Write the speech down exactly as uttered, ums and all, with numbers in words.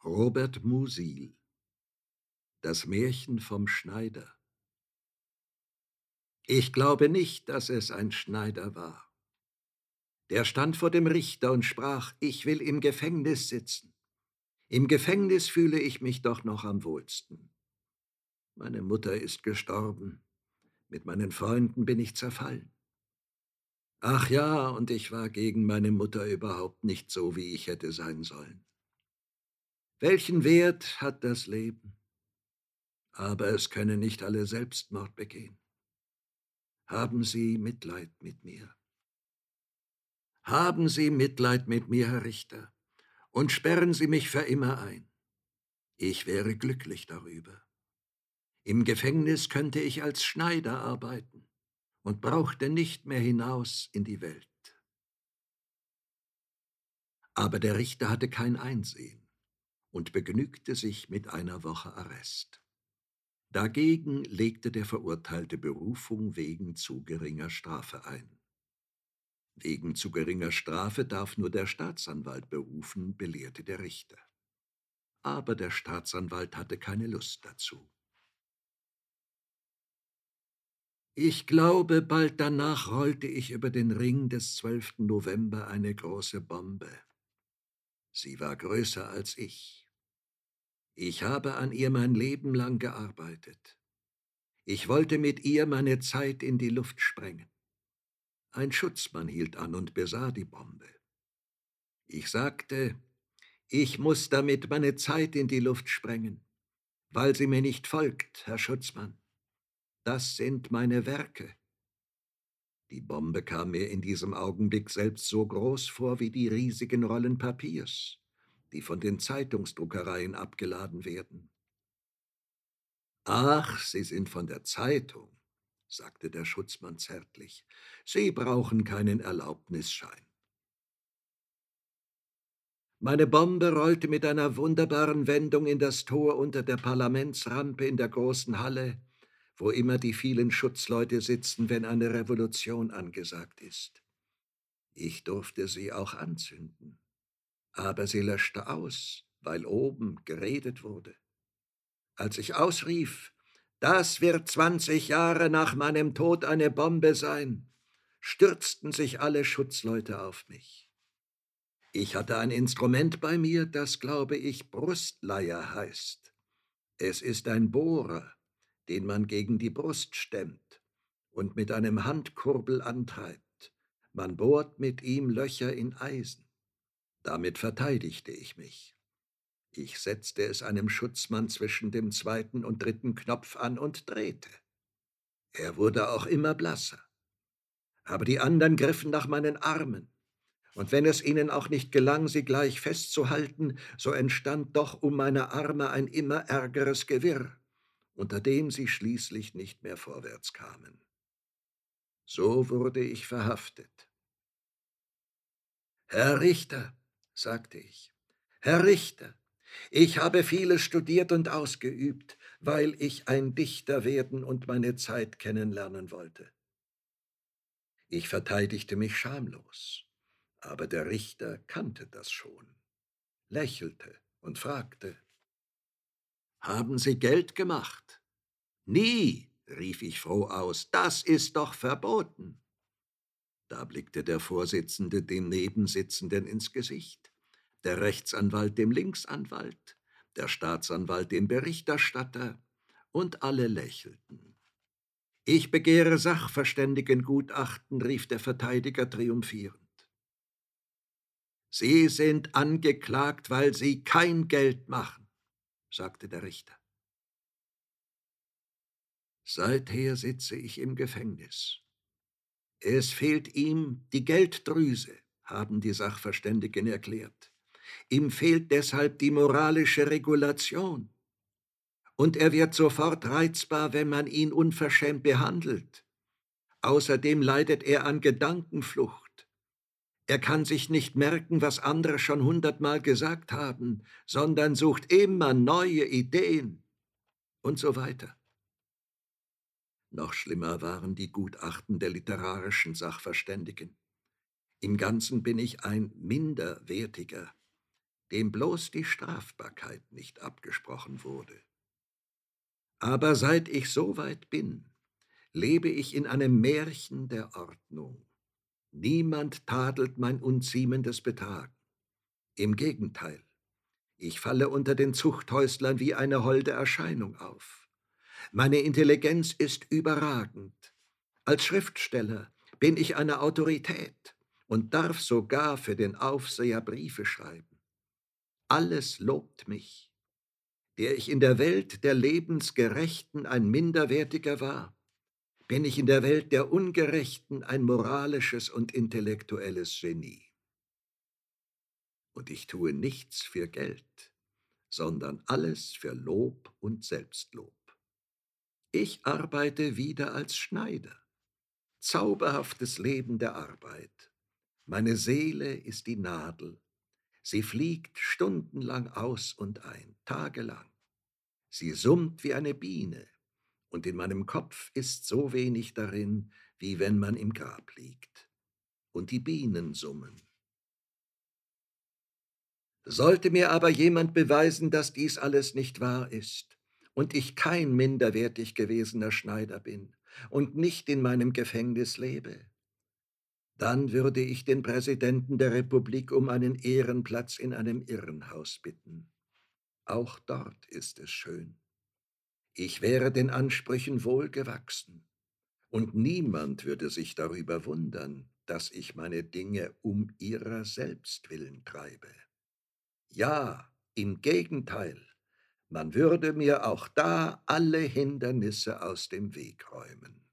Robert Musil. Das Märchen vom Schneider. Ich glaube nicht, dass es ein Schneider war. Der stand vor dem Richter und sprach: Ich will im Gefängnis sitzen. Im Gefängnis fühle ich mich doch noch am wohlsten. Meine Mutter ist gestorben. Mit meinen Freunden bin ich zerfallen. Ach ja, und ich war gegen meine Mutter überhaupt nicht so, wie ich hätte sein sollen. Welchen Wert hat das Leben? Aber es können nicht alle Selbstmord begehen. Haben Sie Mitleid mit mir. Haben Sie Mitleid mit mir, Herr Richter, und sperren Sie mich für immer ein. Ich wäre glücklich darüber. Im Gefängnis könnte ich als Schneider arbeiten und brauchte nicht mehr hinaus in die Welt. Aber der Richter hatte kein Einsehen und begnügte sich mit einer Woche Arrest. Dagegen legte der Verurteilte Berufung wegen zu geringer Strafe ein. Wegen zu geringer Strafe darf nur der Staatsanwalt berufen, belehrte der Richter. Aber der Staatsanwalt hatte keine Lust dazu. Ich glaube, bald danach rollte ich über den Ring des zwölften November eine große Bombe. Sie war größer als ich. Ich habe an ihr mein Leben lang gearbeitet. Ich wollte mit ihr meine Zeit in die Luft sprengen. Ein Schutzmann hielt an und besah die Bombe. Ich sagte: Ich muss damit meine Zeit in die Luft sprengen, weil sie mir nicht folgt, Herr Schutzmann. Das sind meine Werke. Die Bombe kam mir in diesem Augenblick selbst so groß vor wie die riesigen Rollen Papiers, die von den Zeitungsdruckereien abgeladen werden. »Ach, Sie sind von der Zeitung«, sagte der Schutzmann zärtlich. »Sie brauchen keinen Erlaubnisschein.« Meine Bombe rollte mit einer wunderbaren Wendung in das Tor unter der Parlamentsrampe in der großen Halle, wo immer die vielen Schutzleute sitzen, wenn eine Revolution angesagt ist. Ich durfte sie auch anzünden, aber sie löschte aus, weil oben geredet wurde. Als ich ausrief: »Das wird zwanzig Jahre nach meinem Tod eine Bombe sein«, stürzten sich alle Schutzleute auf mich. Ich hatte ein Instrument bei mir, das, glaube ich, Brustleier heißt. Es ist ein Bohrer, den man gegen die Brust stemmt und mit einem Handkurbel antreibt. Man bohrt mit ihm Löcher in Eisen. Damit verteidigte ich mich. Ich setzte es einem Schutzmann zwischen dem zweiten und dritten Knopf an und drehte. Er wurde auch immer blasser. Aber die anderen griffen nach meinen Armen. Und wenn es ihnen auch nicht gelang, sie gleich festzuhalten, so entstand doch um meine Arme ein immer ärgeres Gewirr, unter dem sie schließlich nicht mehr vorwärts kamen. So wurde ich verhaftet. »Herr Richter«, sagte ich, »Herr Richter, ich habe vieles studiert und ausgeübt, weil ich ein Dichter werden und meine Zeit kennenlernen wollte.« Ich verteidigte mich schamlos, aber der Richter kannte das schon, lächelte und fragte: »Haben Sie Geld gemacht?« »Nie«, rief ich froh aus, »das ist doch verboten.« Da blickte der Vorsitzende dem Nebensitzenden ins Gesicht, der Rechtsanwalt dem Linksanwalt, der Staatsanwalt dem Berichterstatter, und alle lächelten. »Ich begehre Sachverständigengutachten«, rief der Verteidiger triumphierend. »Sie sind angeklagt, weil Sie kein Geld machen«, sagte der Richter. Seither sitze ich im Gefängnis. Es fehlt ihm die Gelddrüse, haben die Sachverständigen erklärt. Ihm fehlt deshalb die moralische Regulation. Und er wird sofort reizbar, wenn man ihn unverschämt behandelt. Außerdem leidet er an Gedankenflucht. Er kann sich nicht merken, was andere schon hundertmal gesagt haben, sondern sucht immer neue Ideen und so weiter. Noch schlimmer waren die Gutachten der literarischen Sachverständigen. Im Ganzen bin ich ein Minderwertiger. dem bloß die Strafbarkeit nicht abgesprochen wurde. Aber seit ich so weit bin, lebe ich in einem Märchen der Ordnung. Niemand tadelt mein unziemendes Betragen. Im Gegenteil, ich falle unter den Zuchthäuslern wie eine holde Erscheinung auf. Meine Intelligenz ist überragend. Als Schriftsteller bin ich eine Autorität und darf sogar für den Aufseher Briefe schreiben. Alles lobt mich, der ich in der Welt der Lebensgerechten ein Minderwertiger war, bin ich in der Welt der Ungerechten ein moralisches und intellektuelles Genie. Und ich tue nichts für Geld, sondern alles für Lob und Selbstlob. Ich arbeite wieder als Schneider. Zauberhaftes Leben der Arbeit. Meine Seele ist die Nadel. Sie fliegt stundenlang aus und ein, tagelang. Sie summt wie eine Biene, und in meinem Kopf ist so wenig darin, wie wenn man im Grab liegt. Und die Bienen summen. Sollte mir aber jemand beweisen, dass dies alles nicht wahr ist und ich kein minderwertig gewesener Schneider bin und nicht in meinem Gefängnis lebe, dann würde ich den Präsidenten der Republik um einen Ehrenplatz in einem Irrenhaus bitten. Auch dort ist es schön. Ich wäre den Ansprüchen wohlgewachsen, und niemand würde sich darüber wundern, dass ich meine Dinge um ihrer selbst willen treibe. Ja, im Gegenteil, man würde mir auch da alle Hindernisse aus dem Weg räumen.